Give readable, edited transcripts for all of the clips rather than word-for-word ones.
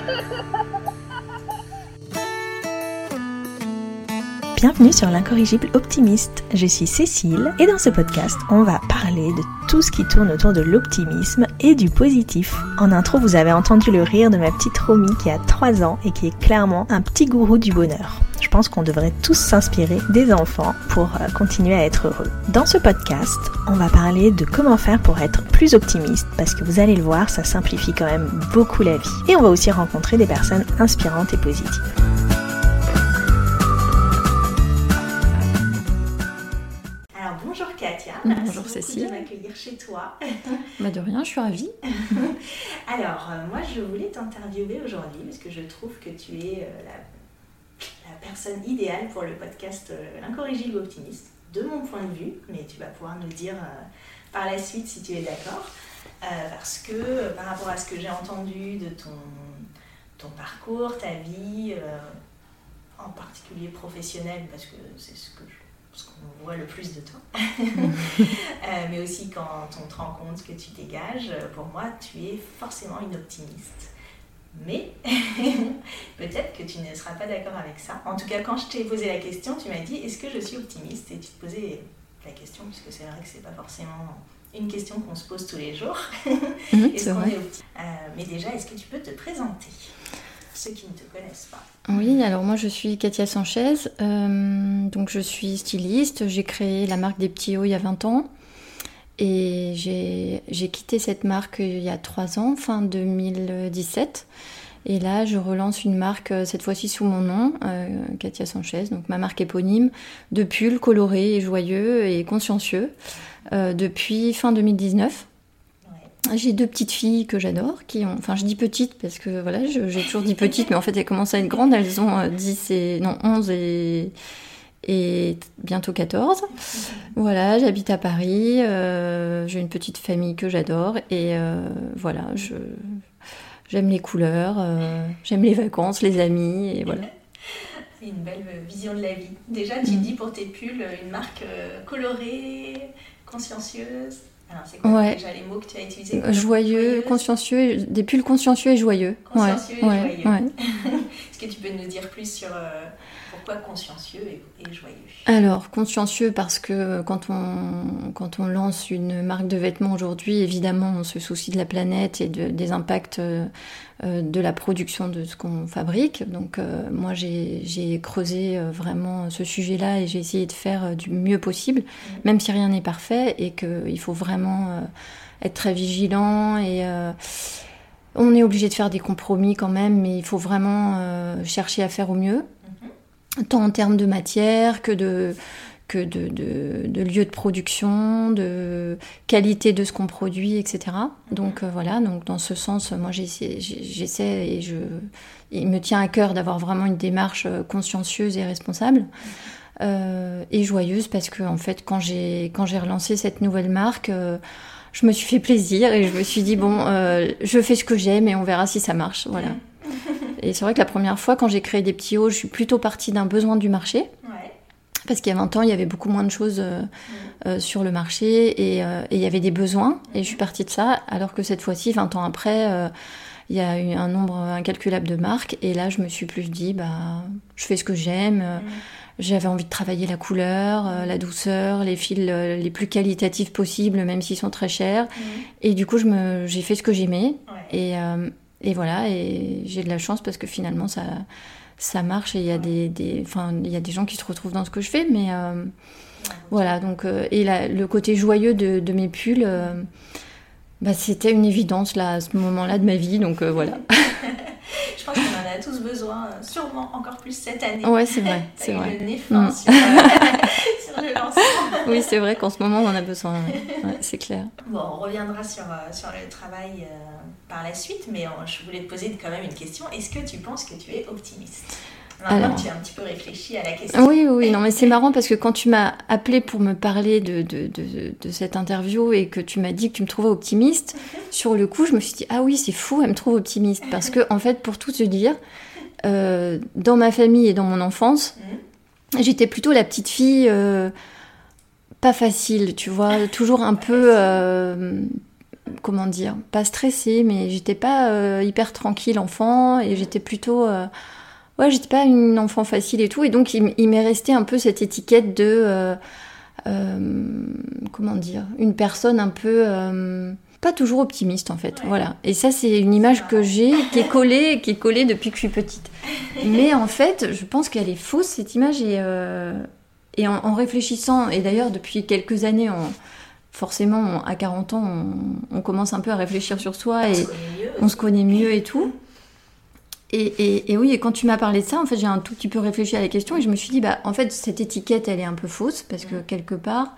Bienvenue sur l'Incorrigible Optimiste, je suis Cécile et dans ce podcast, on va parler de tout ce qui tourne autour de l'optimisme et du positif. En intro, vous avez entendu le rire de ma petite Romy qui a 3 ans et qui est clairement un petit gourou du bonheur. Je pense qu'on devrait tous s'inspirer des enfants pour continuer à être heureux. Dans ce podcast, on va parler de comment faire pour être plus optimiste parce que vous allez le voir, ça simplifie quand même beaucoup la vie. Et on va aussi rencontrer des personnes inspirantes et positives. Bonjour Katia, bonjour Cécile. Merci de m'accueillir chez toi. De rien, je suis ravie. Alors, moi je voulais t'interviewer aujourd'hui parce que je trouve que tu es la personne idéale pour le podcast L'Incorrigible Optimiste, de mon point de vue, mais tu vas pouvoir nous dire par la suite si tu es d'accord, parce que par rapport à ce que j'ai entendu de ton parcours, ta vie, en particulier professionnelle, parce que c'est ce qu'on voit le plus de toi, mais aussi quand on te rend compte que tu dégages, pour moi, tu es forcément une optimiste. Mais peut-être que tu ne seras pas d'accord avec ça. En tout cas, quand je t'ai posé la question, tu m'as dit « Est-ce que je suis optimiste ?» Et tu te posais la question, puisque c'est vrai que c'est pas forcément une question qu'on se pose tous les jours. Est-ce qu'on est optimiste ? Mais déjà, est-ce que tu peux te présenter ? Ceux qui ne te connaissent pas. Oui, alors moi je suis Katia Sanchez, donc je suis styliste, j'ai créé la marque des petits hauts il y a 20 ans et j'ai quitté cette marque il y a 3 ans, fin 2017, et là je relance une marque cette fois-ci sous mon nom, Katia Sanchez, donc ma marque éponyme de pulls colorés et joyeux et consciencieux depuis fin 2019. J'ai 2 petites filles que j'adore, enfin je dis petites parce que voilà, j'ai toujours dit petites, mais en fait elles commencent à être grandes, elles ont 11 et bientôt 14. Voilà, j'habite à Paris, j'ai une petite famille que j'adore et voilà, j'aime les couleurs, j'aime les vacances, les amis et voilà. C'est une belle vision de la vie. Déjà tu dis pour tes pulls une marque colorée, consciencieuse. Alors, c'est quoi déjà les mots que tu as utilisés ? Joyeux, consciencieux, des pulls consciencieux et joyeux. Consciencieux et joyeux. Est-ce que tu peux nous dire plus sur pourquoi consciencieux et joyeux ? Alors, consciencieux parce que quand on lance une marque de vêtements aujourd'hui, évidemment, on se soucie de la planète et des impacts de la production de ce qu'on fabrique. Donc, moi, j'ai creusé vraiment ce sujet-là et j'ai essayé de faire du mieux possible, même si rien n'est parfait et qu'il faut vraiment être très vigilant et... on est obligé de faire des compromis quand même, mais il faut vraiment chercher à faire au mieux, tant en termes de matière que de lieu de production, de qualité de ce qu'on produit, etc. Donc voilà, donc dans ce sens, moi j'essaie et il me tient à cœur d'avoir vraiment une démarche consciencieuse et responsable. Et joyeuse parce que en fait, quand j'ai relancé cette nouvelle marque, je me suis fait plaisir et je me suis dit je fais ce que j'aime et on verra si ça marche, voilà. Et c'est vrai que la première fois, quand j'ai créé des petits hauts, je suis plutôt partie d'un besoin du marché. Parce qu'il y a 20 ans, il y avait beaucoup moins de choses sur le marché et il y avait des besoins. Et je suis partie de ça, alors que cette fois-ci, 20 ans après, il y a eu un nombre incalculable de marques. Et là, je me suis plus dit, je fais ce que j'aime. J'avais envie de travailler la couleur, la douceur, les fils les plus qualitatifs possibles, même s'ils sont très chers. Et du coup, j'ai fait ce que j'aimais. Et voilà, et j'ai de la chance parce que finalement, ça marche et il y a il y a des gens qui se retrouvent dans ce que je fais, mais voilà, donc et le côté joyeux de mes pulls, c'était une évidence là à ce moment-là de ma vie, donc voilà. Je pense qu'on en a tous besoin, sûrement encore plus cette année. Ouais, c'est vrai, c'est vrai. Le nez fin sur le lancement. Oui, c'est vrai qu'en ce moment on en a besoin, ouais, c'est clair. Bon, on reviendra sur le travail par la suite, mais je voulais te poser quand même une question. Est-ce que tu penses que tu es optimiste ? Maintenant, tu as un petit peu réfléchi à la question. Oui, non, mais c'est marrant parce que quand tu m'as appelé pour me parler de cette interview et que tu m'as dit que tu me trouvais optimiste, sur le coup, je me suis dit, ah oui, c'est fou, elle me trouve optimiste. Parce que, en fait, pour tout te dire, dans ma famille et dans mon enfance, j'étais plutôt la petite fille pas facile, tu vois, toujours un peu comment dire, pas stressée, mais j'étais pas hyper tranquille enfant, et j'étais plutôt... ouais, j'étais pas une enfant facile et tout, et donc il m'est resté un peu cette étiquette de... comment dire, une personne un peu... pas toujours optimiste en fait, voilà. Et ça c'est une image que j'ai, qui est collée depuis que je suis petite. Mais en fait, je pense qu'elle est fausse cette image, et en réfléchissant, et d'ailleurs depuis quelques années, forcément à 40 ans, on commence un peu à réfléchir sur soi, et on se connaît mieux et tout. Et oui, et quand tu m'as parlé de ça, en fait, j'ai un tout petit peu réfléchi à la question, et je me suis dit, bah, en fait, cette étiquette, elle est un peu fausse, parce que quelque part,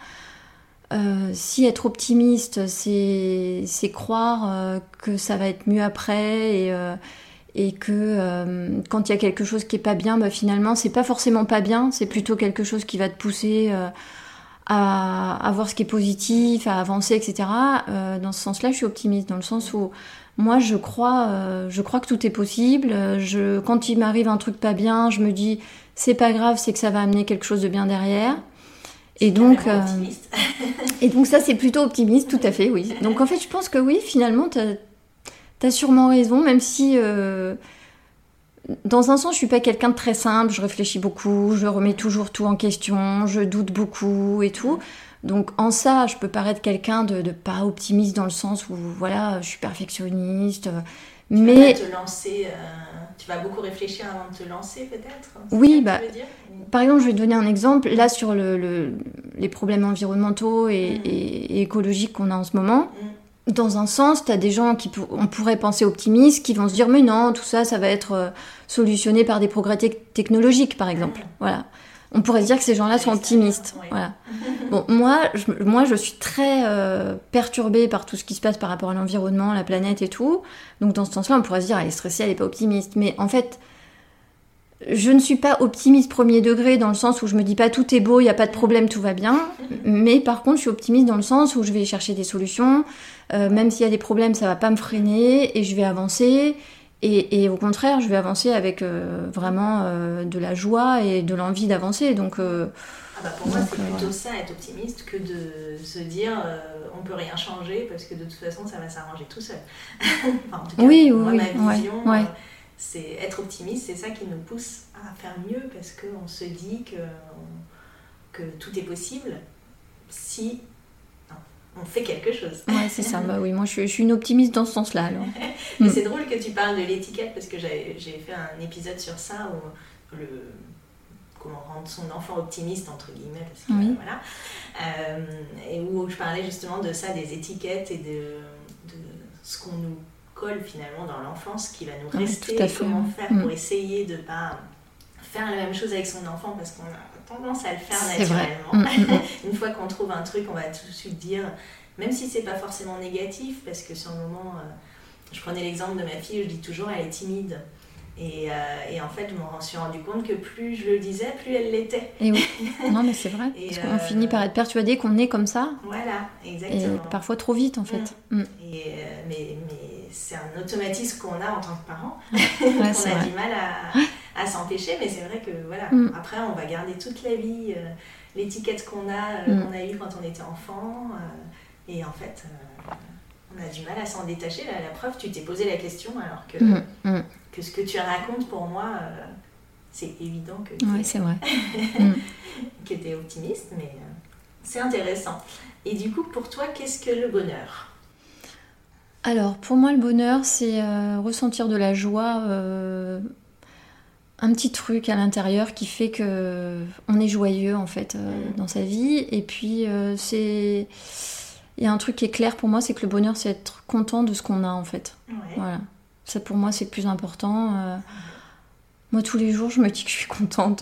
si être optimiste, c'est croire que ça va être mieux après, et que quand il y a quelque chose qui est pas bien, bah, finalement, c'est pas forcément pas bien, c'est plutôt quelque chose qui va te pousser à voir ce qui est positif, à avancer, etc. Dans ce sens-là, je suis optimiste, dans le sens où moi, je crois que tout est possible. Quand il m'arrive un truc pas bien, je me dis, c'est pas grave, c'est que ça va amener quelque chose de bien derrière. Et donc ça, c'est plutôt optimiste, tout à fait, oui. Donc en fait, je pense que oui, finalement, t'as sûrement raison, même si dans un sens, je suis pas quelqu'un de très simple, je réfléchis beaucoup, je remets toujours tout en question, je doute beaucoup et tout. Donc en ça, je peux paraître quelqu'un de pas optimiste, dans le sens où voilà, je suis perfectionniste. Mais tu vas te lancer, tu vas beaucoup réfléchir avant de te lancer, peut-être. Oui, bah, par exemple, je vais te donner un exemple. Là, sur les problèmes environnementaux et écologiques qu'on a en ce moment, dans un sens, tu as des gens on pourrait penser optimistes, qui vont se dire, mais non, tout ça, ça va être solutionné par des progrès technologiques, par exemple. Voilà. On pourrait se dire que ces gens-là sont optimistes. Oui. Voilà. Bon, moi, je suis très perturbée par tout ce qui se passe par rapport à l'environnement, la planète et tout. Donc, dans ce sens-là, on pourrait se dire, elle est stressée, elle n'est pas optimiste. Mais en fait, je ne suis pas optimiste premier degré, dans le sens où je me dis pas tout est beau, il n'y a pas de problème, tout va bien. Mais par contre, je suis optimiste dans le sens où je vais chercher des solutions. Même s'il y a des problèmes, ça va pas me freiner, et je vais avancer. Et au contraire, je vais avancer avec vraiment de la joie et de l'envie d'avancer. Donc, pour moi, c'est plutôt ça, être optimiste, que de se dire on peut rien changer parce que de toute façon, ça va s'arranger tout seul. Enfin, en tout cas, moi, ma vision, c'est être optimiste, c'est ça qui nous pousse à faire mieux, parce qu'on se dit que tout est possible si on fait quelque chose. Ouais, c'est ça. Bah oui, moi je suis une optimiste dans ce sens-là. Alors. Mais c'est drôle que tu parles de l'étiquette, parce que j'ai fait un épisode sur ça, où comment rendre son enfant optimiste, entre guillemets, parce que voilà, et où je parlais justement de ça, des étiquettes et de ce qu'on nous colle finalement dans l'enfance, qui va nous rester, comment faire pour essayer de ne pas faire la même chose avec son enfant, parce qu'on a tendance à le faire naturellement. Une fois qu'on trouve un truc, on va tout de suite dire, même si c'est pas forcément négatif, parce que sur le moment, je prenais l'exemple de ma fille, je dis toujours, elle est timide. Et en fait, je m'en suis rendu compte que plus je le disais, plus elle l'était. Et oui, non mais c'est vrai, parce qu'on finit par être persuadé qu'on est comme ça. Voilà, exactement. Et parfois trop vite, en fait. Mais c'est un automatisme qu'on a en tant que parent, qu'on a du mal à s'empêcher, mais c'est vrai que voilà, après on va garder toute la vie l'étiquette qu'on a eue quand on était enfant, et en fait on a du mal à s'en détacher. La preuve, tu t'es posé la question, alors que ce que tu racontes, pour moi, c'est évident que c'est vrai. que tu es optimiste, mais c'est intéressant. Et du coup, pour toi, qu'est-ce que le bonheur ? Alors, pour moi, le bonheur, c'est ressentir de la joie, un petit truc à l'intérieur qui fait qu'on est joyeux, en fait, dans sa vie. Et puis, il y a un truc qui est clair pour moi, c'est que le bonheur, c'est être content de ce qu'on a, en fait. Ouais. Voilà. Ça, pour moi, c'est le plus important. Moi, tous les jours, je me dis que je suis contente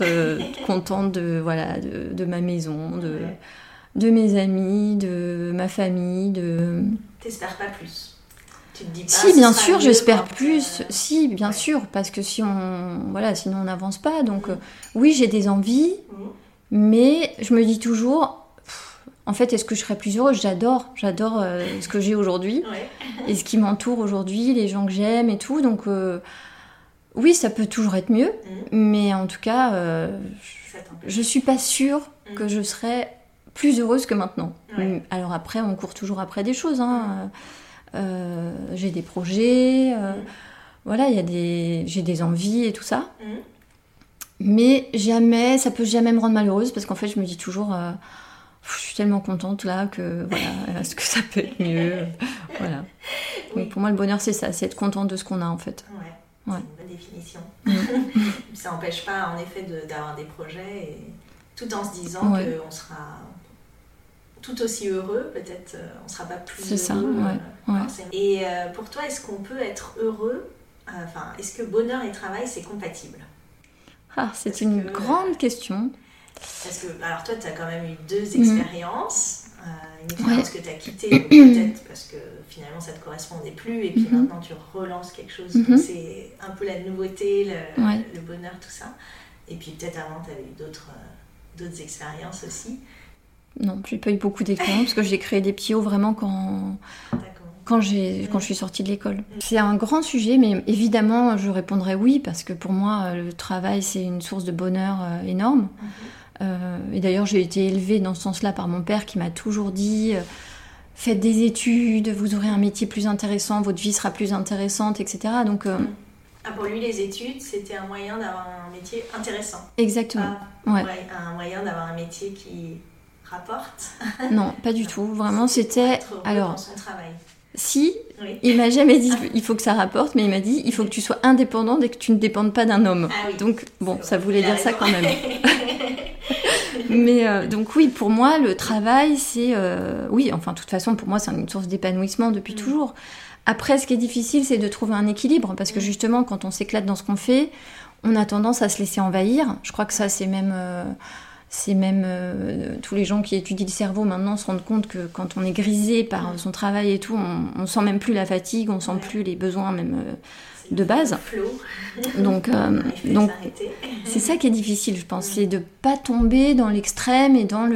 de ma maison, de mes amis, de ma famille. T'espères pas plus ? Tu te dis pas, si, bien sûr, j'espère plus. Si, bien sûr, parce que sinon on n'avance pas. Donc, oui, j'ai des envies, mais je me dis toujours, en fait, est-ce que je serais plus heureuse ? J'adore ce que j'ai aujourd'hui, et ce qui m'entoure aujourd'hui, les gens que j'aime et tout. Donc, oui, ça peut toujours être mieux, mais en tout cas, je suis pas sûre que je serais plus heureuse que maintenant. Alors après, on court toujours après des choses, hein. j'ai des projets, voilà, j'ai des envies et tout ça. Mais jamais, ça peut jamais me rendre malheureuse parce qu'en fait, je me dis toujours, je suis tellement contente là que voilà, est-ce que ça peut être mieux voilà. Donc pour moi, le bonheur, c'est ça, c'est être contente de ce qu'on a en fait. Ouais, c'est une bonne définition. Ça n'empêche pas en effet d'avoir des projets et tout en se disant qu'on sera tout aussi heureux, peut-être on ne sera pas plus c'est heureux. Ça, Et pour toi, est-ce qu'on peut être heureux, est-ce que bonheur et travail, c'est compatible? C'est une grande question. Parce que, alors toi, tu as quand même eu 2 expériences. Une expérience que tu as quittée, peut-être parce que finalement ça ne te correspondait plus, et puis maintenant tu relances quelque chose. Donc c'est un peu la nouveauté, le bonheur, tout ça. Et puis peut-être avant, tu avais eu d'autres expériences aussi. Non, j'ai pas eu beaucoup d'expériences parce que j'ai créé des petits hauts vraiment quand je suis sortie de l'école. C'est un grand sujet, mais évidemment, je répondrais oui, parce que pour moi, le travail, c'est une source de bonheur énorme. Et d'ailleurs, j'ai été élevée dans ce sens-là par mon père qui m'a toujours dit faites des études, vous aurez un métier plus intéressant, votre vie sera plus intéressante, etc. Donc, pour lui, les études, c'était un moyen d'avoir un métier intéressant. Exactement. Un moyen d'avoir un métier qui rapporte. Non, pas du tout. Vraiment, c'était... Alors, dans son travail. Si, il m'a jamais dit il faut que ça rapporte, mais il m'a dit il faut que tu sois indépendante et que tu ne dépendes pas d'un homme. Donc, bon, ça voulait dire ça quand même. Mais donc oui, pour moi, le travail, c'est... de toute façon, pour moi, c'est une source d'épanouissement depuis toujours. Après, ce qui est difficile, c'est de trouver un équilibre, parce que justement, quand on s'éclate dans ce qu'on fait, on a tendance à se laisser envahir. Je crois que ça, c'est même... tous les gens qui étudient le cerveau maintenant se rendent compte que quand on est grisé par son travail et tout, on sent même plus la fatigue, on sent plus les besoins même de base. Donc c'est ça qui est difficile, je pense, c'est de pas tomber dans l'extrême et dans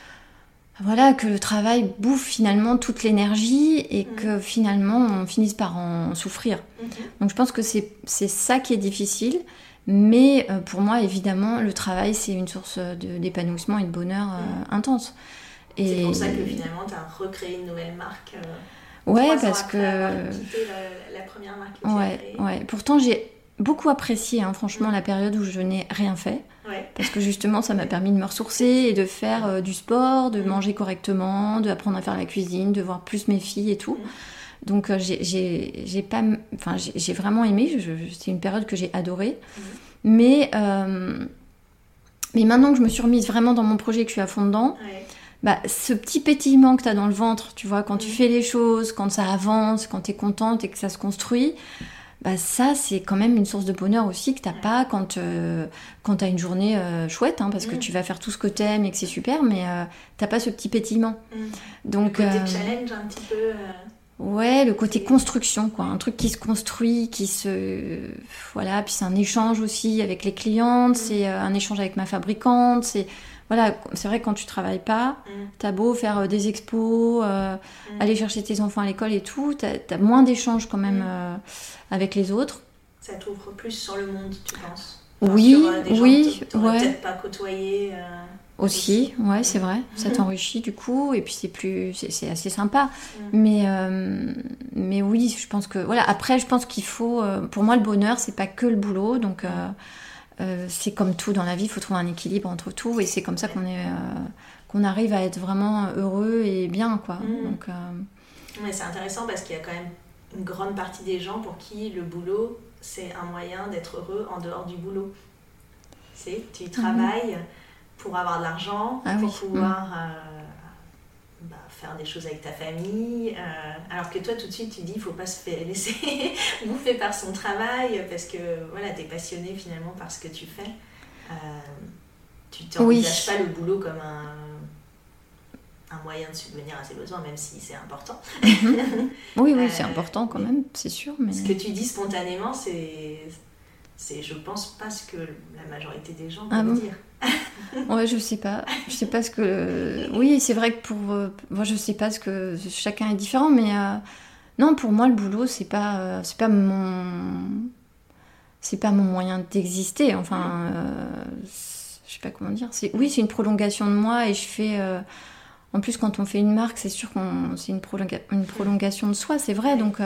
que le travail bouffe finalement toute l'énergie et que finalement on finisse par en souffrir. Donc je pense que c'est ça qui est difficile. Mais pour moi, évidemment, le travail, c'est une source d'épanouissement et de bonheur intense. Et c'est pour ça que finalement, tu as recréé une nouvelle marque. Parce que... quitté la première marque que tu as créée. Pourtant, j'ai beaucoup apprécié, franchement, la période où je n'ai rien fait. Parce que justement, ça m'a permis de me ressourcer et de faire du sport, de manger correctement, d'apprendre à faire la cuisine, de voir plus mes filles et tout. Donc j'ai vraiment aimé, c'est une période que j'ai adorée. Mais maintenant que je me suis remise vraiment dans mon projet et que je suis à fond dedans, ce petit pétillement que tu as dans le ventre, tu vois, quand tu fais les choses, quand ça avance, quand tu es contente et que ça se construit, ça c'est quand même une source de bonheur aussi que tu n'as pas quand tu as une journée chouette, parce que tu vas faire tout ce que tu aimes et que c'est super, mais tu n'as pas ce petit pétillement. Donc, le côté challenge un petit peu... le côté construction, quoi. Un truc qui se construit, Voilà, puis c'est un échange aussi avec les clientes, c'est un échange avec ma fabricante, c'est vrai que quand tu travailles pas, t'as beau faire des expos, aller chercher tes enfants à l'école et tout, t'as moins d'échanges quand même avec les autres. Ça t'ouvre plus sur le monde, tu penses? Oui, sur des gens que t'aurais peut-être pas côtoyé... Aussi, c'est vrai, ça t'enrichit du coup, et puis c'est assez sympa. Mais oui, je pense que après je pense qu'il faut, pour moi le bonheur c'est pas que le boulot, donc c'est comme tout dans la vie, il faut trouver un équilibre entre tout, et c'est comme ça qu'on arrive à être vraiment heureux et bien, quoi. Donc c'est intéressant parce qu'il y a quand même une grande partie des gens pour qui le boulot c'est un moyen d'être heureux en dehors du boulot. Tu travailles pour avoir de l'argent, pour pouvoir faire des choses avec ta famille. Alors que toi, tout de suite, tu dis, il ne faut pas se laisser bouffer par son travail, parce que tu es passionné finalement par ce que tu fais. Tu n'envisages pas le boulot comme un moyen de subvenir à ses besoins, même si c'est important. Oui, c'est important quand même, c'est sûr. Mais... Ce que tu dis spontanément, c'est je pense pas ce que la majorité des gens peuvent dire. Je sais pas ce que... Oui, c'est vrai que moi je sais pas ce que... Chacun est différent, mais non, pour moi le boulot c'est pas mon moyen d'exister, je sais pas comment dire. C'est une prolongation de moi, et je fais En plus, quand on fait une marque, c'est sûr que c'est une prolongation de soi, c'est vrai. Donc,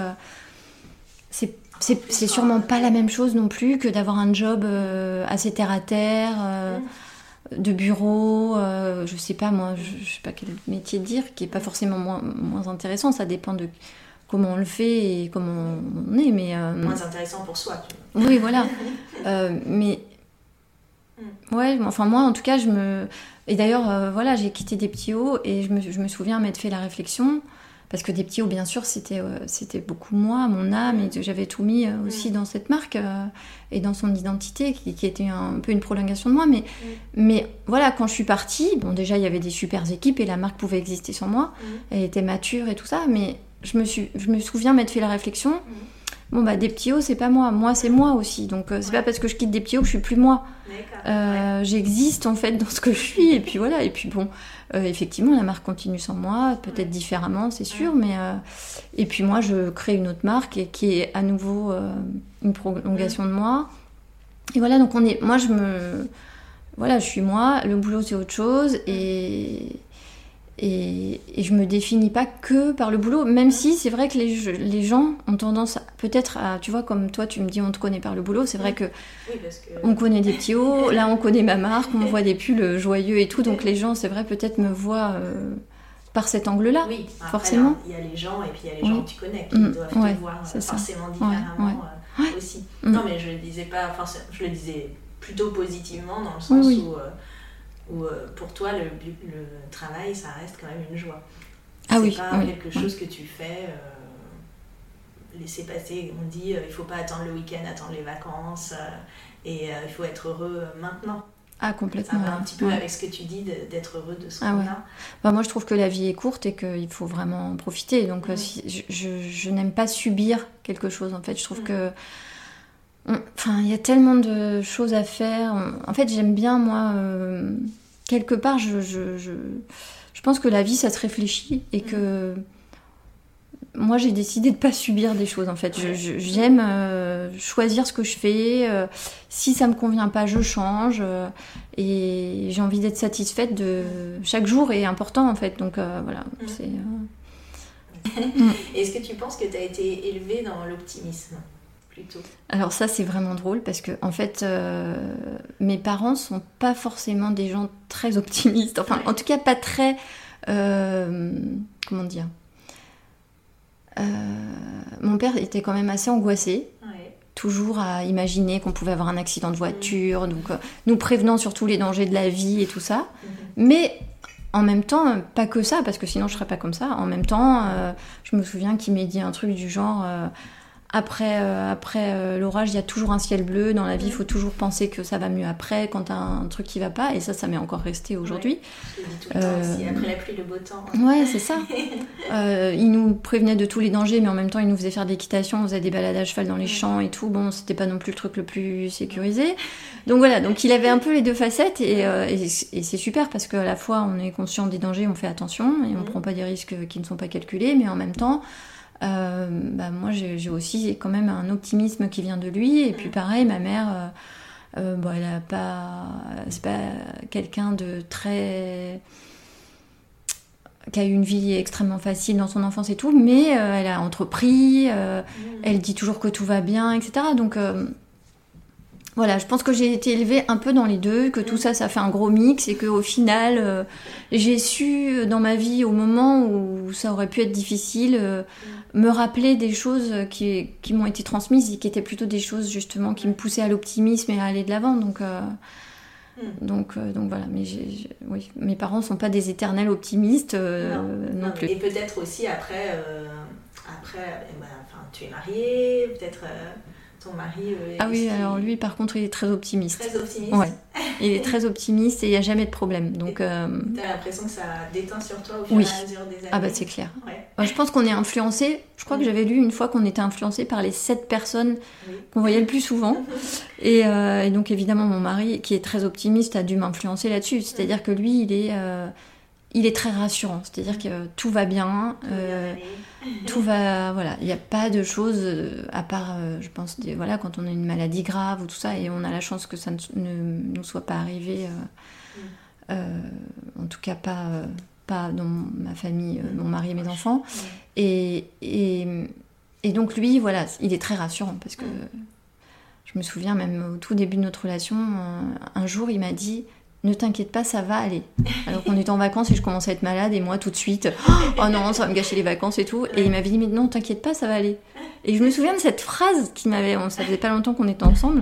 c'est sûrement pas la même chose non plus que d'avoir un job assez terre à terre, de bureau, je sais pas moi, je sais pas quel métier dire, qui est pas forcément moins intéressant. Ça dépend de comment on le fait et comment on est, mais moins intéressant pour soi. Tu vois. Oui, voilà. Mais ouais, enfin moi en tout cas et d'ailleurs voilà, j'ai quitté Des Petits Hauts et je me souviens m'être fait la réflexion parce que Des Petits Hauts bien sûr c'était beaucoup moi, mon âme, et j'avais tout mis aussi dans cette marque et dans son identité qui était un peu une prolongation de moi, mais voilà, quand je suis partie, bon déjà il y avait des super équipes et la marque pouvait exister sans moi, elle était mature et tout ça, mais je me souviens m'être fait la réflexion. Bon bah Des Petits Hauts c'est pas moi c'est moi aussi, donc c'est pas parce que je quitte Des Petits Hauts que je suis plus moi. J'existe en fait dans ce que je suis, et puis voilà, et puis bon effectivement la marque continue sans moi, peut-être différemment c'est sûr, mais et puis moi je crée une autre marque qui est à nouveau une prolongation de moi, et voilà, donc voilà, je suis moi, le boulot c'est autre chose, et je me définis pas que par le boulot, même si c'est vrai que les gens ont tendance peut-être à, tu vois, comme toi tu me dis on te connaît par le boulot, c'est vrai que on connaît Des Petits Hauts, là on connaît ma marque, on voit des pulls joyeux et tout, donc les gens c'est vrai peut-être me voient par cet angle-là, oui, après, forcément. Il y a les gens et puis il y a les gens que tu connais qui doivent te voir forcément différemment aussi. Non mais je le disais pas, je le disais plutôt positivement dans le sens où pour toi, le travail, ça reste quand même une joie. C'est pas quelque chose que tu fais laisser passer. On dit il faut pas attendre le week-end, attendre les vacances, et il faut être heureux maintenant. Ah, complètement. Ça va un petit peu avec ce que tu dis d'être heureux de ce qu'on a. Bah, moi, je trouve que la vie est courte et qu'il faut vraiment en profiter. Donc, je n'aime pas subir quelque chose, en fait. Je trouve que il y a tellement de choses à faire. En fait, j'aime bien, moi, quelque part, je pense que la vie, ça se réfléchit, et que moi, j'ai décidé de pas subir des choses, en fait. J'aime choisir ce que je fais. Si ça me convient pas, je change. Et j'ai envie d'être satisfaite de... Chaque jour est important, en fait. Donc, voilà, c'est... Est-ce que tu penses que tu as été élevée dans l'optimisme ? Plutôt. Alors ça c'est vraiment drôle parce que en fait mes parents sont pas forcément des gens très optimistes, enfin en tout cas pas très comment dire, mon père était quand même assez angoissé, toujours à imaginer qu'on pouvait avoir un accident de voiture, donc nous prévenant sur tous les dangers de la vie et tout ça, mais en même temps, pas que ça, parce que sinon je serais pas comme ça. En même temps, je me souviens qu'il m'a dit un truc du genre après l'orage, il y a toujours un ciel bleu. Dans la vie, il faut toujours penser que ça va mieux après, quand t'as un truc qui va pas. Et ça m'est encore resté aujourd'hui. Je le dis tout le temps aussi, après la pluie, le beau temps. Ouais, c'est ça. Il nous prévenait de tous les dangers, mais en même temps, il nous faisait faire de l'équitation, on faisait des balades à cheval dans les champs et tout. Bon, c'était pas non plus le truc le plus sécurisé. Donc voilà, donc il avait un peu les deux facettes, et c'est super parce qu'à la fois, on est conscient des dangers, on fait attention, et on prend pas des risques qui ne sont pas calculés, mais en même temps... moi j'ai aussi quand même un optimisme qui vient de lui, et puis pareil, ma mère elle a pas, c'est pas quelqu'un de très, qui a eu une vie extrêmement facile dans son enfance et tout, mais elle a entrepris, elle dit toujours que tout va bien, etc. Donc voilà, je pense que j'ai été élevée un peu dans les deux, que tout ça fait un gros mix, et qu'au final, j'ai su, dans ma vie, au moment où ça aurait pu être difficile, me rappeler des choses qui m'ont été transmises, et qui étaient plutôt des choses, justement, qui me poussaient à l'optimisme et à aller de l'avant. Donc voilà, mais oui, mes parents ne sont pas des éternels optimistes non plus. Et peut-être aussi, après tu es mariée, peut-être... Ton mari oui, alors lui par contre il est très optimiste. Très optimiste. Ouais. Il est très optimiste et il n'y a jamais de problème. Donc, t'as l'impression que ça déteint sur toi au fur et à mesure des années. Ah bah c'est clair. Ouais. Je pense qu'on est influencé, je crois que j'avais lu une fois qu'on était influencé par les 7 personnes qu'on voyait le plus souvent. Et donc évidemment mon mari, qui est très optimiste, a dû m'influencer là-dessus. C'est-à-dire que lui il est très rassurant, c'est-à-dire que tout va bien, tout va, voilà, il n'y a pas de choses à part, je pense, voilà, quand on a une maladie grave ou tout ça, et on a la chance que ça ne nous soit pas arrivé, en tout cas pas pas dans ma famille, mon mari et mes enfants. Et donc lui, voilà, il est très rassurant parce que je me souviens même au tout début de notre relation, un jour il m'a dit « Ne t'inquiète pas, ça va aller ». Alors qu'on était en vacances et je commençais à être malade et moi tout de suite « Oh non, ça va me gâcher les vacances et tout ». Et il m'avait dit « Mais non, t'inquiète pas, ça va aller ». Et je me souviens de cette phrase qui m'avait... Ça faisait pas longtemps qu'on était ensemble.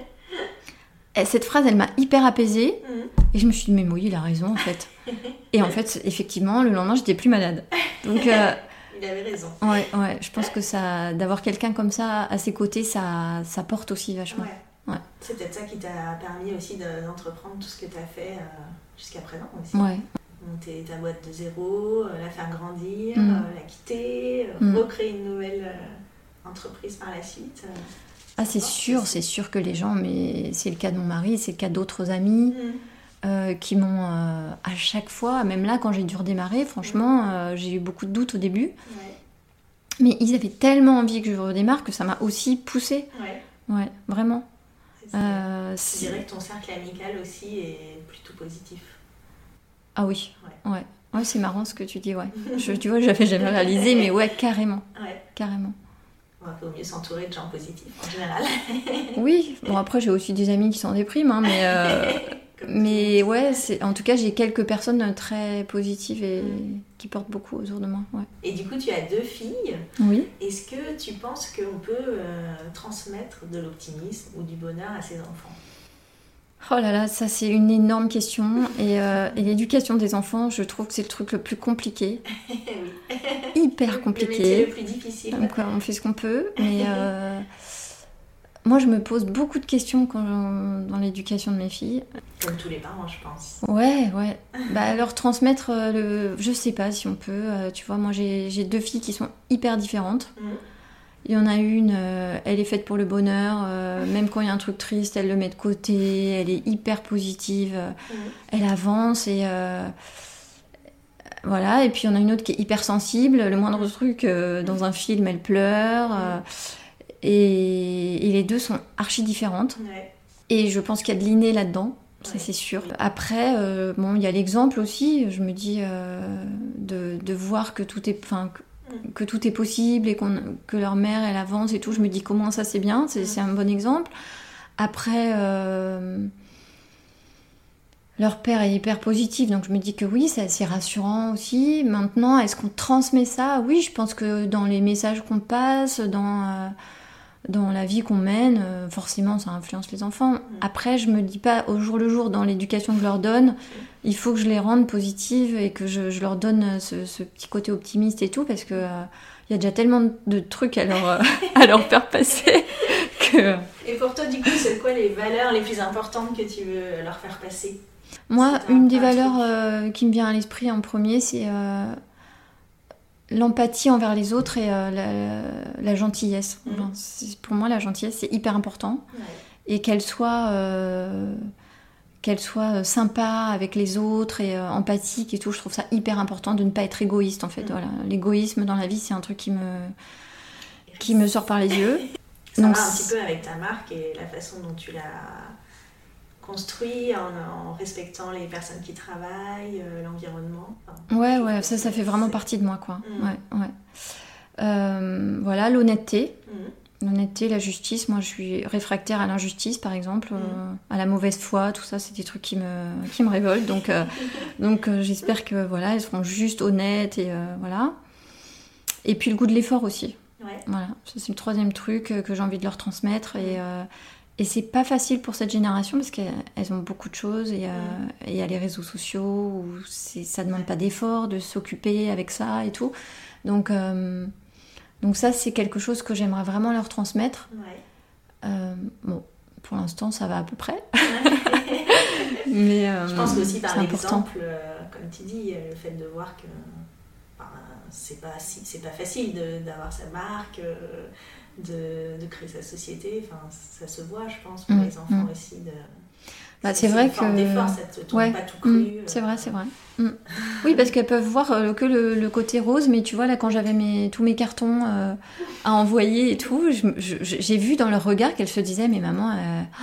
Et cette phrase, elle m'a hyper apaisée. Et je me suis dit « Mais oui, il a raison en fait ». Et en fait, effectivement, le lendemain, j'étais plus malade. Donc... Il avait raison. Ouais, je pense que ça, d'avoir quelqu'un comme ça à ses côtés, ça porte aussi vachement. Ouais. C'est peut-être ça qui t'a permis aussi d'entreprendre tout ce que tu as fait jusqu'à présent aussi. Ouais. Monter ta boîte de zéro, la faire grandir, la quitter, recréer une nouvelle entreprise par la suite. Ah, c'est sûr que les gens, mais c'est le cas de mon mari, c'est le cas d'autres amis. Qui m'ont à chaque fois, même là quand j'ai dû redémarrer, franchement j'ai eu beaucoup de doutes au début, mais ils avaient tellement envie que je redémarre que ça m'a aussi poussée. Ouais, vraiment. Je dirais que ton cercle amical aussi est plutôt positif. Ah oui, ouais, c'est marrant ce que tu dis, ouais. Tu vois, j'avais jamais réalisé, mais ouais, carrément. Carrément. Il faut mieux s'entourer de gens positifs en général. Oui, bon après j'ai aussi des amis qui sont déprimes, hein, mais ouais, en tout cas j'ai quelques personnes très positives et qui portent beaucoup autour de moi. Ouais. Et du coup tu as 2 filles. Oui. Est-ce que tu penses qu'on peut transmettre de l'optimisme ou du bonheur à ses enfants ? Oh là là, ça c'est une énorme question. Et l'éducation des enfants, je trouve que c'est le truc le plus compliqué. Hyper compliqué. Le métier le plus difficile. Donc on fait ce qu'on peut. Mais moi je me pose beaucoup de questions dans l'éducation de mes filles. Comme tous les parents, je pense. Ouais. Bah, leur transmettre je sais pas si on peut. Tu vois, moi j'ai 2 filles qui sont hyper différentes. Il y en a une, elle est faite pour le bonheur, même quand il y a un truc triste, elle le met de côté, elle est hyper positive, elle avance et voilà. Et puis il y en a une autre qui est hyper sensible, le moindre truc dans un film, elle pleure. Et les 2 sont archi différentes. Et je pense qu'il y a de l'inné là-dedans, ça c'est sûr. Après, il y a l'exemple aussi, je me dis de voir que tout est... que tout est possible et que leur mère elle avance et tout, je me dis comment ça c'est bien, c'est un bon exemple. Après leur père est hyper positif, donc je me dis que oui, c'est rassurant aussi. Maintenant, est-ce qu'on transmet ça ? Oui, je pense que dans les messages qu'on passe, dans la vie qu'on mène, forcément ça influence les enfants. Après, je me dis pas au jour le jour dans l'éducation que je leur donne, il faut que je les rende positives et que je leur donne ce petit côté optimiste et tout, parce que y a déjà tellement de trucs à leur faire passer que... Et pour toi, du coup, c'est quoi les valeurs les plus importantes que tu veux leur faire passer ? Moi, une des valeurs qui me vient à l'esprit en premier, c'est l'empathie envers les autres et la gentillesse. Enfin, pour moi, la gentillesse, c'est hyper important. Et qu'elle soit sympa avec les autres et empathique et tout, je trouve ça hyper important de ne pas être égoïste en fait. Voilà. L'égoïsme dans la vie, c'est un truc qui me sort par les yeux. Ça va un petit peu avec ta marque et la façon dont tu l'as construit en respectant les personnes qui travaillent, l'environnement. Ouais, ça fait vraiment partie de moi, quoi. Ouais. Voilà, l'honnêteté. L'honnêteté, la justice. Moi, je suis réfractaire à l'injustice, par exemple, à la mauvaise foi, tout ça, c'est des trucs qui me révoltent. Donc j'espère que voilà, elles seront juste honnêtes et voilà. Et puis le goût de l'effort aussi. Voilà, ça c'est le 3e truc que j'ai envie de leur transmettre et c'est pas facile pour cette génération parce qu'elles ont beaucoup de choses et il y a les réseaux sociaux où ça demande pas d'effort de s'occuper avec ça et tout. Donc ça c'est quelque chose que j'aimerais vraiment leur transmettre. Bon, pour l'instant ça va à peu près. Mais je pense aussi par l'exemple, comme tu dis, le fait de voir que c'est pas facile d'avoir sa marque, de créer sa société, enfin ça se voit je pense pour les enfants aussi c'est vrai que d'effort, ça te tombe pas tout cru. C'est vrai. Oui, parce qu'elles peuvent voir que le côté rose, mais tu vois là quand j'avais tous mes cartons à envoyer et tout, j'ai vu dans leur regard qu'elles se disaient mais maman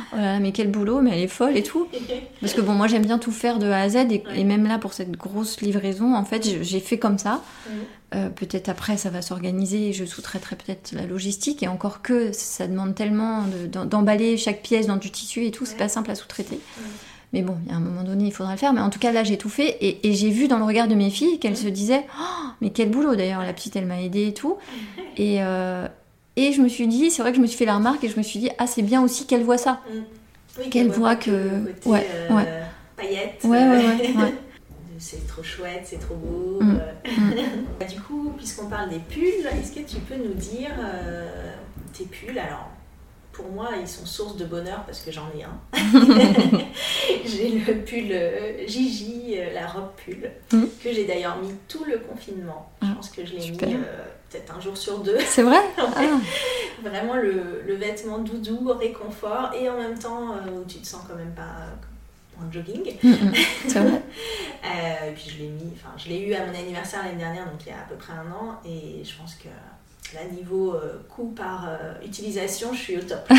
oh là là, mais quel boulot, mais elle est folle et tout. Parce que bon, moi j'aime bien tout faire de A à Z et même là pour cette grosse livraison, en fait j'ai fait comme ça. Peut-être après ça va s'organiser et je sous-traiterai peut-être la logistique et encore que ça demande tellement d'emballer chaque pièce dans du tissu et tout, c'est pas simple à sous-traiter. Mais bon, il y a un moment donné, il faudra le faire. Mais en tout cas, là, j'ai tout fait. Et j'ai vu dans le regard de mes filles qu'elles se disaient oh, mais quel boulot d'ailleurs, la petite, elle m'a aidée et tout. Et je me suis dit, c'est vrai que je me suis fait la remarque et je me suis dit, ah, c'est bien aussi qu'elle voit ça. Oui, qu'elle voit que. Côté, paillettes. Ouais. C'est trop chouette, c'est trop beau. Du coup, puisqu'on parle des pulls, est-ce que tu peux nous dire tes pulls? Alors, pour moi, ils sont source de bonheur parce que j'en ai un. J'ai le pull Gigi, la robe pull, que j'ai d'ailleurs mis tout le confinement. Je pense que je l'ai mis peut-être un jour sur 2. C'est vrai. Vraiment le vêtement doudou, réconfort, et en même temps où tu te sens quand même pas en jogging. C'est vrai. Et puis je l'ai eu à mon anniversaire l'année dernière, donc il y a à peu près 1 an, et je pense que là, niveau coût par utilisation, je suis au top.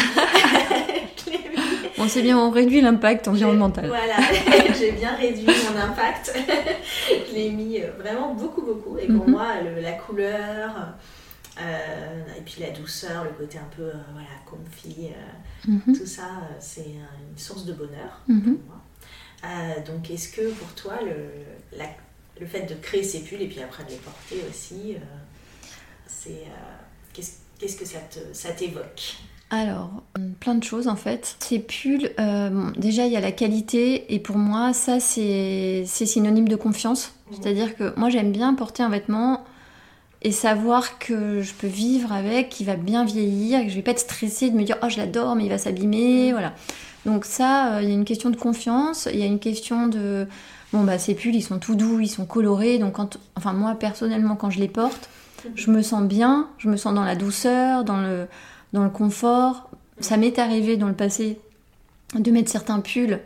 On sait bien, on réduit l'impact environnemental. Voilà, j'ai bien réduit mon impact. Je l'ai mis vraiment beaucoup. Et pour moi, la couleur, et puis la douceur, le côté un peu comfy, tout ça, c'est une source de bonheur pour moi. Donc, est-ce que pour toi, le fait de créer ces pulls et puis après de les porter aussi, qu'est-ce que ça t'évoque? Alors, plein de choses en fait. Ces pulls, déjà il y a la qualité et pour moi ça c'est synonyme de confiance. C'est-à-dire que moi j'aime bien porter un vêtement et savoir que je peux vivre avec, qu'il va bien vieillir, que je vais pas être stressée de me dire oh je l'adore mais il va s'abîmer, voilà. Donc ça, il y a une question de confiance, il y a une question de... Bon bah ces pulls ils sont tout doux, ils sont colorés, donc moi personnellement quand je les porte, je me sens bien, je me sens dans la douceur, dans le confort. Ça m'est arrivé dans le passé de mettre certains pulls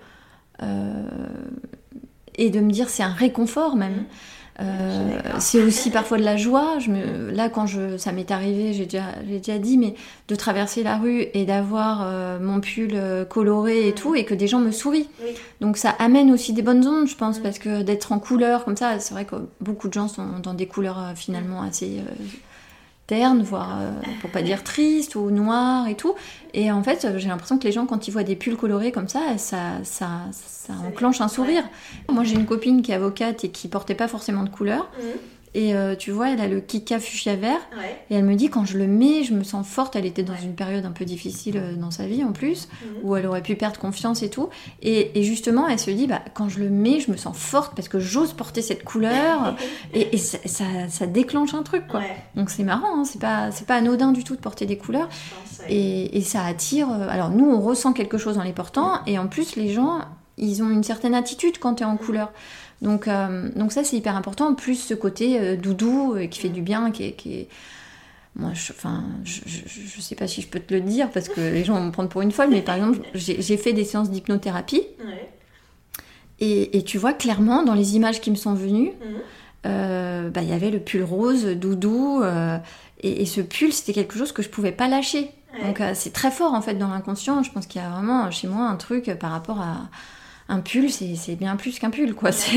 et de me dire c'est un réconfort même. C'est aussi parfois de la joie. Là, quand ça m'est arrivé, j'ai déjà dit, mais de traverser la rue et d'avoir mon pull coloré et tout, et que des gens me sourient. Oui. Donc ça amène aussi des bonnes ondes, je pense, parce que d'être en couleur comme ça, c'est vrai que beaucoup de gens sont dans des couleurs finalement assez ternes, voire pour pas dire tristes ou noires et tout. Et en fait, j'ai l'impression que les gens, quand ils voient des pulls colorés comme ça enclenche un sourire. Moi, j'ai une copine qui est avocate et qui portait pas forcément de couleur. Et tu vois, elle a le kika fuchsia vert. Ouais. Et elle me dit, quand je le mets, je me sens forte. Elle était dans une période un peu difficile dans sa vie, en plus, où elle aurait pu perdre confiance et tout. Et justement, elle se dit, quand je le mets, je me sens forte parce que j'ose porter cette couleur. et ça déclenche un truc, quoi. Ouais. Donc, c'est marrant, hein, c'est pas anodin du tout de porter des couleurs. Et ça attire... Alors, nous, on ressent quelque chose en les portant. Et en plus, les gens, ils ont une certaine attitude quand t'es en couleur. Donc ça c'est hyper important, plus ce côté doudou qui fait du bien, qui est... Moi, je sais pas si je peux te le dire parce que les gens vont me prendre pour une folle, mais par exemple, j'ai fait des séances d'hypnothérapie et tu vois clairement dans les images qui me sont venues, y avait le pull rose doudou et ce pull c'était quelque chose que je pouvais pas lâcher. Donc c'est très fort en fait dans l'inconscient. Je pense qu'il y a vraiment chez moi un truc par rapport à... Un pull, c'est bien plus qu'un pull, quoi. C'est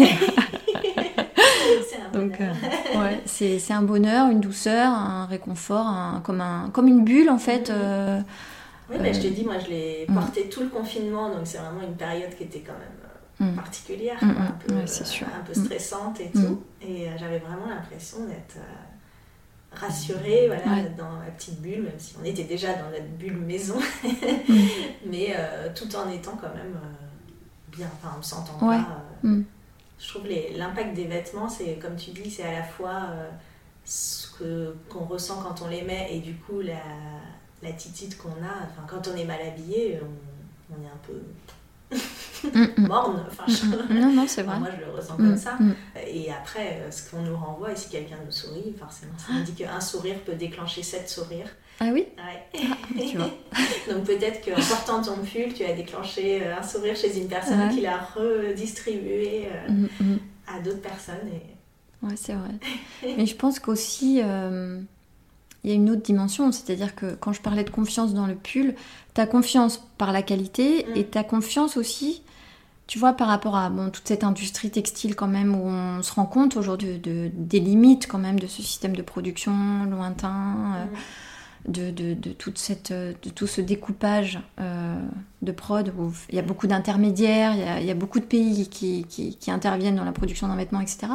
un bonheur. Donc, c'est un bonheur, une douceur, un réconfort, comme une bulle, en fait. Oui, je te dis, moi, je l'ai porté tout le confinement, donc c'est vraiment une période qui était quand même particulière, un peu stressante et tout. Et j'avais vraiment l'impression d'être rassurée, dans la petite bulle, même si on était déjà dans notre bulle maison, mais tout en étant quand même... bien, en me sentant pas. Je trouve l'impact des vêtements, c'est comme tu dis, c'est à la fois ce qu'on ressent quand on les met et du coup l'attitude qu'on a. Enfin, quand on est mal habillé, on est un peu morne. Non, c'est vrai. Moi, je le ressens comme ça. Et après, ce qu'on nous renvoie, et si quelqu'un nous sourit, forcément, ça nous dit qu'un sourire peut déclencher 7 sourires. Ah oui? Ouais. Tu vois. Donc peut-être qu'en portant ton pull, tu as déclenché un sourire chez une personne qui l'a redistribué à d'autres personnes. Ouais, c'est vrai. Mais je pense qu'aussi, il y a une autre dimension, c'est-à-dire que quand je parlais de confiance dans le pull, t'as confiance par la qualité et t'as confiance aussi, tu vois, par rapport à toute cette industrie textile quand même, où on se rend compte aujourd'hui des limites quand même de ce système de production lointain, de tout ce découpage de prod, où il y a beaucoup d'intermédiaires, il y a beaucoup de pays qui interviennent dans la production d'un vêtement, etc.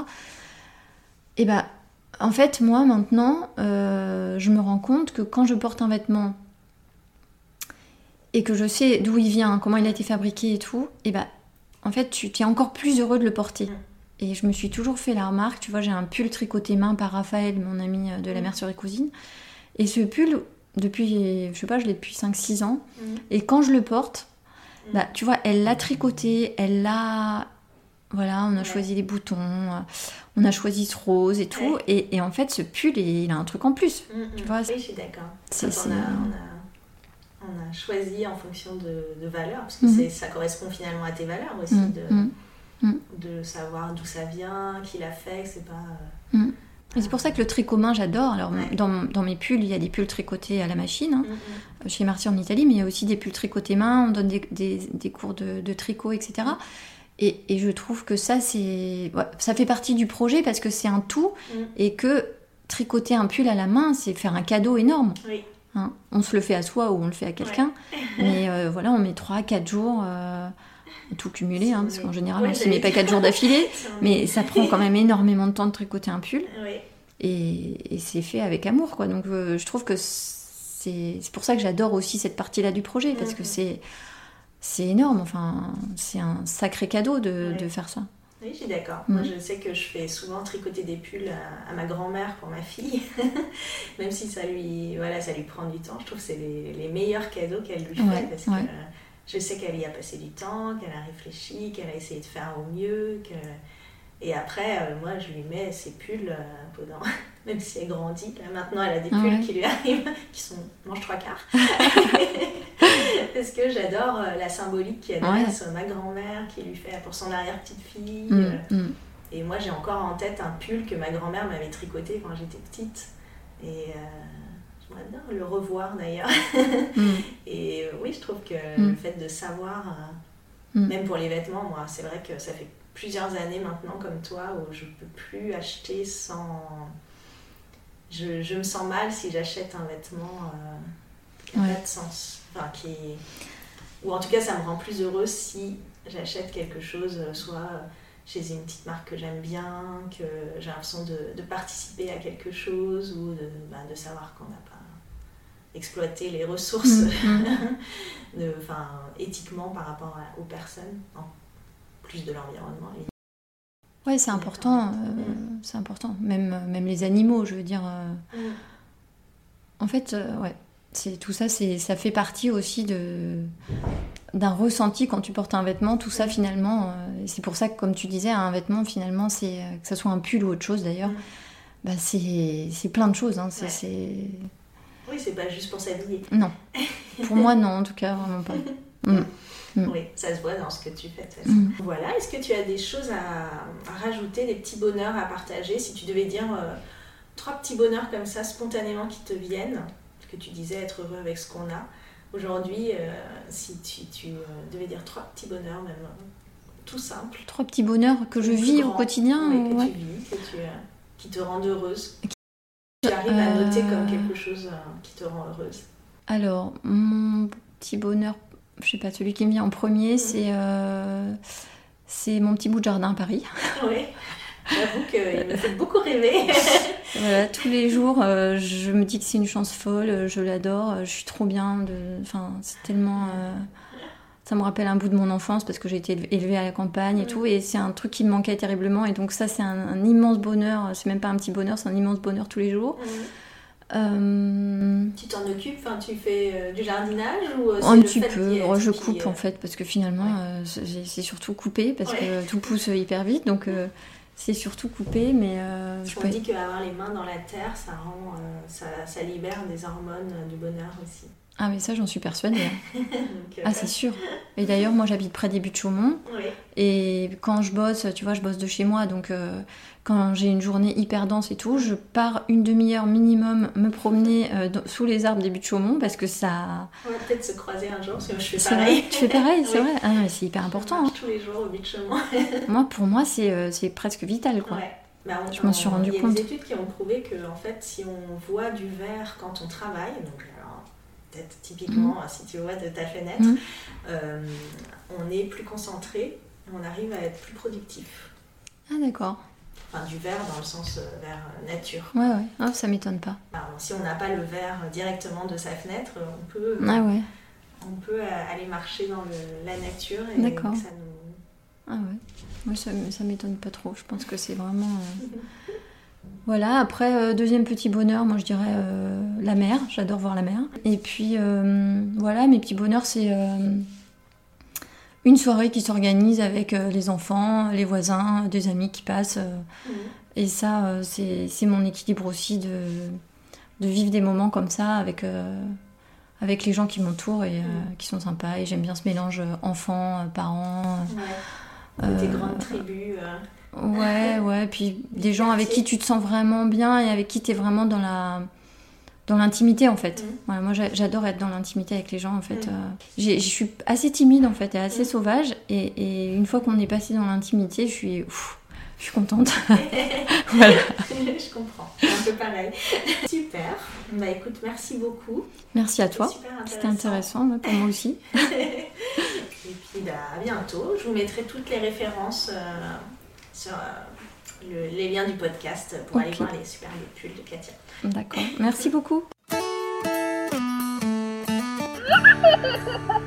Et ben, en fait, moi, maintenant, je me rends compte que quand je porte un vêtement et que je sais d'où il vient, comment il a été fabriqué et tout, et ben, en fait, tu es encore plus heureux de le porter. Et je me suis toujours fait la remarque, tu vois, j'ai un pull tricoté main par Raphaël, mon ami de la mercerie cousine. Et ce pull, depuis, je sais pas, je l'ai depuis 5-6 ans. Et quand je le porte, bah, tu vois, elle l'a tricoté, elle l'a... Voilà, on a choisi les boutons, on a choisi ce rose et tout. Et en fait, ce pull, il a un truc en plus. Tu vois, oui, je suis d'accord. On a choisi en fonction de valeurs, parce que ça correspond finalement à tes valeurs aussi, de savoir d'où ça vient, qui l'a fait, que c'est pas... Et c'est pour ça que le tricot main, j'adore. Alors, dans mes pulls, il y a des pulls tricotés à la machine, chez Marty en Italie, mais il y a aussi des pulls tricotés main, on donne des cours de tricot, etc. Et je trouve que ça fait partie du projet, parce que c'est un tout, et que tricoter un pull à la main, c'est faire un cadeau énorme. Oui. Hein, on se le fait à soi ou on le fait à quelqu'un, mais voilà, on met 3-4 jours, tout cumulé, parce qu'en général, on ne se met pas 4 jours d'affilée, mais ça prend quand même énormément de temps de tricoter un pull, et c'est fait avec amour, quoi. Donc je trouve que c'est pour ça que j'adore aussi cette partie-là du projet, parce que c'est énorme, enfin, c'est un sacré cadeau de faire ça. Oui, je suis d'accord. Moi, je sais que je fais souvent tricoter des pulls à ma grand-mère pour ma fille. Même si ça lui prend du temps. Je trouve que c'est les meilleurs cadeaux qu'elle lui fait. Parce que je sais qu'elle y a passé du temps, qu'elle a réfléchi, qu'elle a essayé de faire au mieux. Et après, moi, je lui mets ses pulls pendant... Même si elle grandit. Là, maintenant, elle a des pulls qui lui arrivent, qui manche 3 quarts. Parce que j'adore la symbolique qu'il y a derrière ma grand-mère qui lui fait pour son arrière-petite-fille. Et moi, j'ai encore en tête un pull que ma grand-mère m'avait tricoté quand j'étais petite. Et j'adore le revoir d'ailleurs. Et oui, je trouve que le fait de savoir, même pour les vêtements, moi, c'est vrai que ça fait plusieurs années maintenant, comme toi, où je ne peux plus acheter sans... Je me sens mal si j'achète un vêtement qui n'a pas de sens. Enfin, ou en tout cas, ça me rend plus heureuse si j'achète quelque chose, soit chez une petite marque que j'aime bien, que j'ai l'impression de participer à quelque chose, ou de savoir qu'on n'a pas exploité les ressources éthiquement par rapport aux personnes, en plus de l'environnement. Ouais, c'est important, c'est important. Même les animaux, je veux dire. En fait, tout ça, ça fait partie aussi d'un ressenti quand tu portes un vêtement. Tout ça, finalement, c'est pour ça que, comme tu disais, un vêtement, finalement, c'est que ça soit un pull ou autre chose d'ailleurs, c'est plein de choses. Oui, c'est pas juste pour s'habiller. Non. Pour moi, non, en tout cas, vraiment pas. Oui, ça se voit dans ce que tu fais de toute façon. Voilà, est-ce que tu as des choses à rajouter, des petits bonheurs à partager? Si tu devais dire 3 petits bonheurs comme ça, spontanément, qui te viennent, parce que tu disais être heureux avec ce qu'on a. Aujourd'hui, si tu devais dire 3 petits bonheurs, même tout simples. 3 petits bonheurs que je vis au quotidien. Oui, que tu vis, qui te rendent heureuse. Tu arrives à noter comme quelque chose qui te rend heureuse. Alors, mon petit bonheur, je sais pas, celui qui me vient en premier, c'est mon petit bout de jardin à Paris. Oui, j'avoue qu'il me fait beaucoup rêver. Voilà, tous les jours, je me dis que c'est une chance folle, je l'adore, je suis trop bien. C'est tellement... ça me rappelle un bout de mon enfance parce que j'ai été élevée à la campagne et tout, et c'est un truc qui me manquait terriblement, et donc ça, c'est un immense bonheur, c'est même pas un petit bonheur, c'est un immense bonheur tous les jours. Tu t'en occupes, tu fais du jardinage ou un petit peu, je coupe en fait, parce que finalement c'est surtout couper, parce que tout pousse hyper vite, donc c'est surtout couper, mais on dit qu'avoir les mains dans la terre, ça rend, ça libère des hormones du bonheur aussi. Ah mais ça j'en suis persuadée. Donc, Ah c'est sûr. Et d'ailleurs moi j'habite près des Buttes-Chaumont oui. et quand je bosse, tu vois, je bosse de chez moi, donc quand j'ai une journée hyper dense et tout, je pars une demi-heure minimum me promener sous les arbres des Buttes-Chaumont parce que ça... On va peut-être se croiser un jour parce que je fais C'est pareil. vrai. Tu fais pareil, c'est Oui. vrai. Ah mais c'est hyper important. Je marche tous les jours au Buttes-Chaumont. Pour moi c'est presque vital quoi. Ouais. Bah, Je m'en suis rendu compte. Il y a des études qui ont prouvé que en fait, si on voit du vert quand on travaille, donc alors, peut-être typiquement si tu vois de ta fenêtre, on est plus concentré, on arrive à être plus productif. Ah d'accord. Enfin, du vert dans le sens vert nature. Ouais. Ah, ça m'étonne pas. Alors, si on n'a pas le vert directement de sa fenêtre, on peut aller marcher dans la nature et d'accord. ça nous... Ah ouais. Moi ça m'étonne pas trop. Je pense que c'est vraiment... Voilà, après, deuxième petit bonheur, moi je dirais la mer. J'adore voir la mer. Et puis, voilà, mes petits bonheurs, c'est une soirée qui s'organise avec les enfants, les voisins, des amis qui passent. Et ça, c'est mon équilibre aussi de vivre des moments comme ça avec les gens qui m'entourent et qui sont sympas. Et j'aime bien ce mélange enfants, parents. Des grandes tribus. Ouais, puis des gens avec qui tu te sens vraiment bien et avec qui tu es vraiment dans l'intimité en fait. Voilà, moi j'adore être dans l'intimité avec les gens en fait. Je suis assez timide en fait et assez sauvage et une fois qu'on est passé dans l'intimité, je suis contente. Voilà. Je comprends, un peu pareil. Super, bah écoute, merci beaucoup. Merci à toi, c'était intéressant pour moi aussi. Et puis à bientôt, je vous mettrai toutes les références sur les liens du podcast pour aller voir les super pulls de Katia. D'accord, merci beaucoup.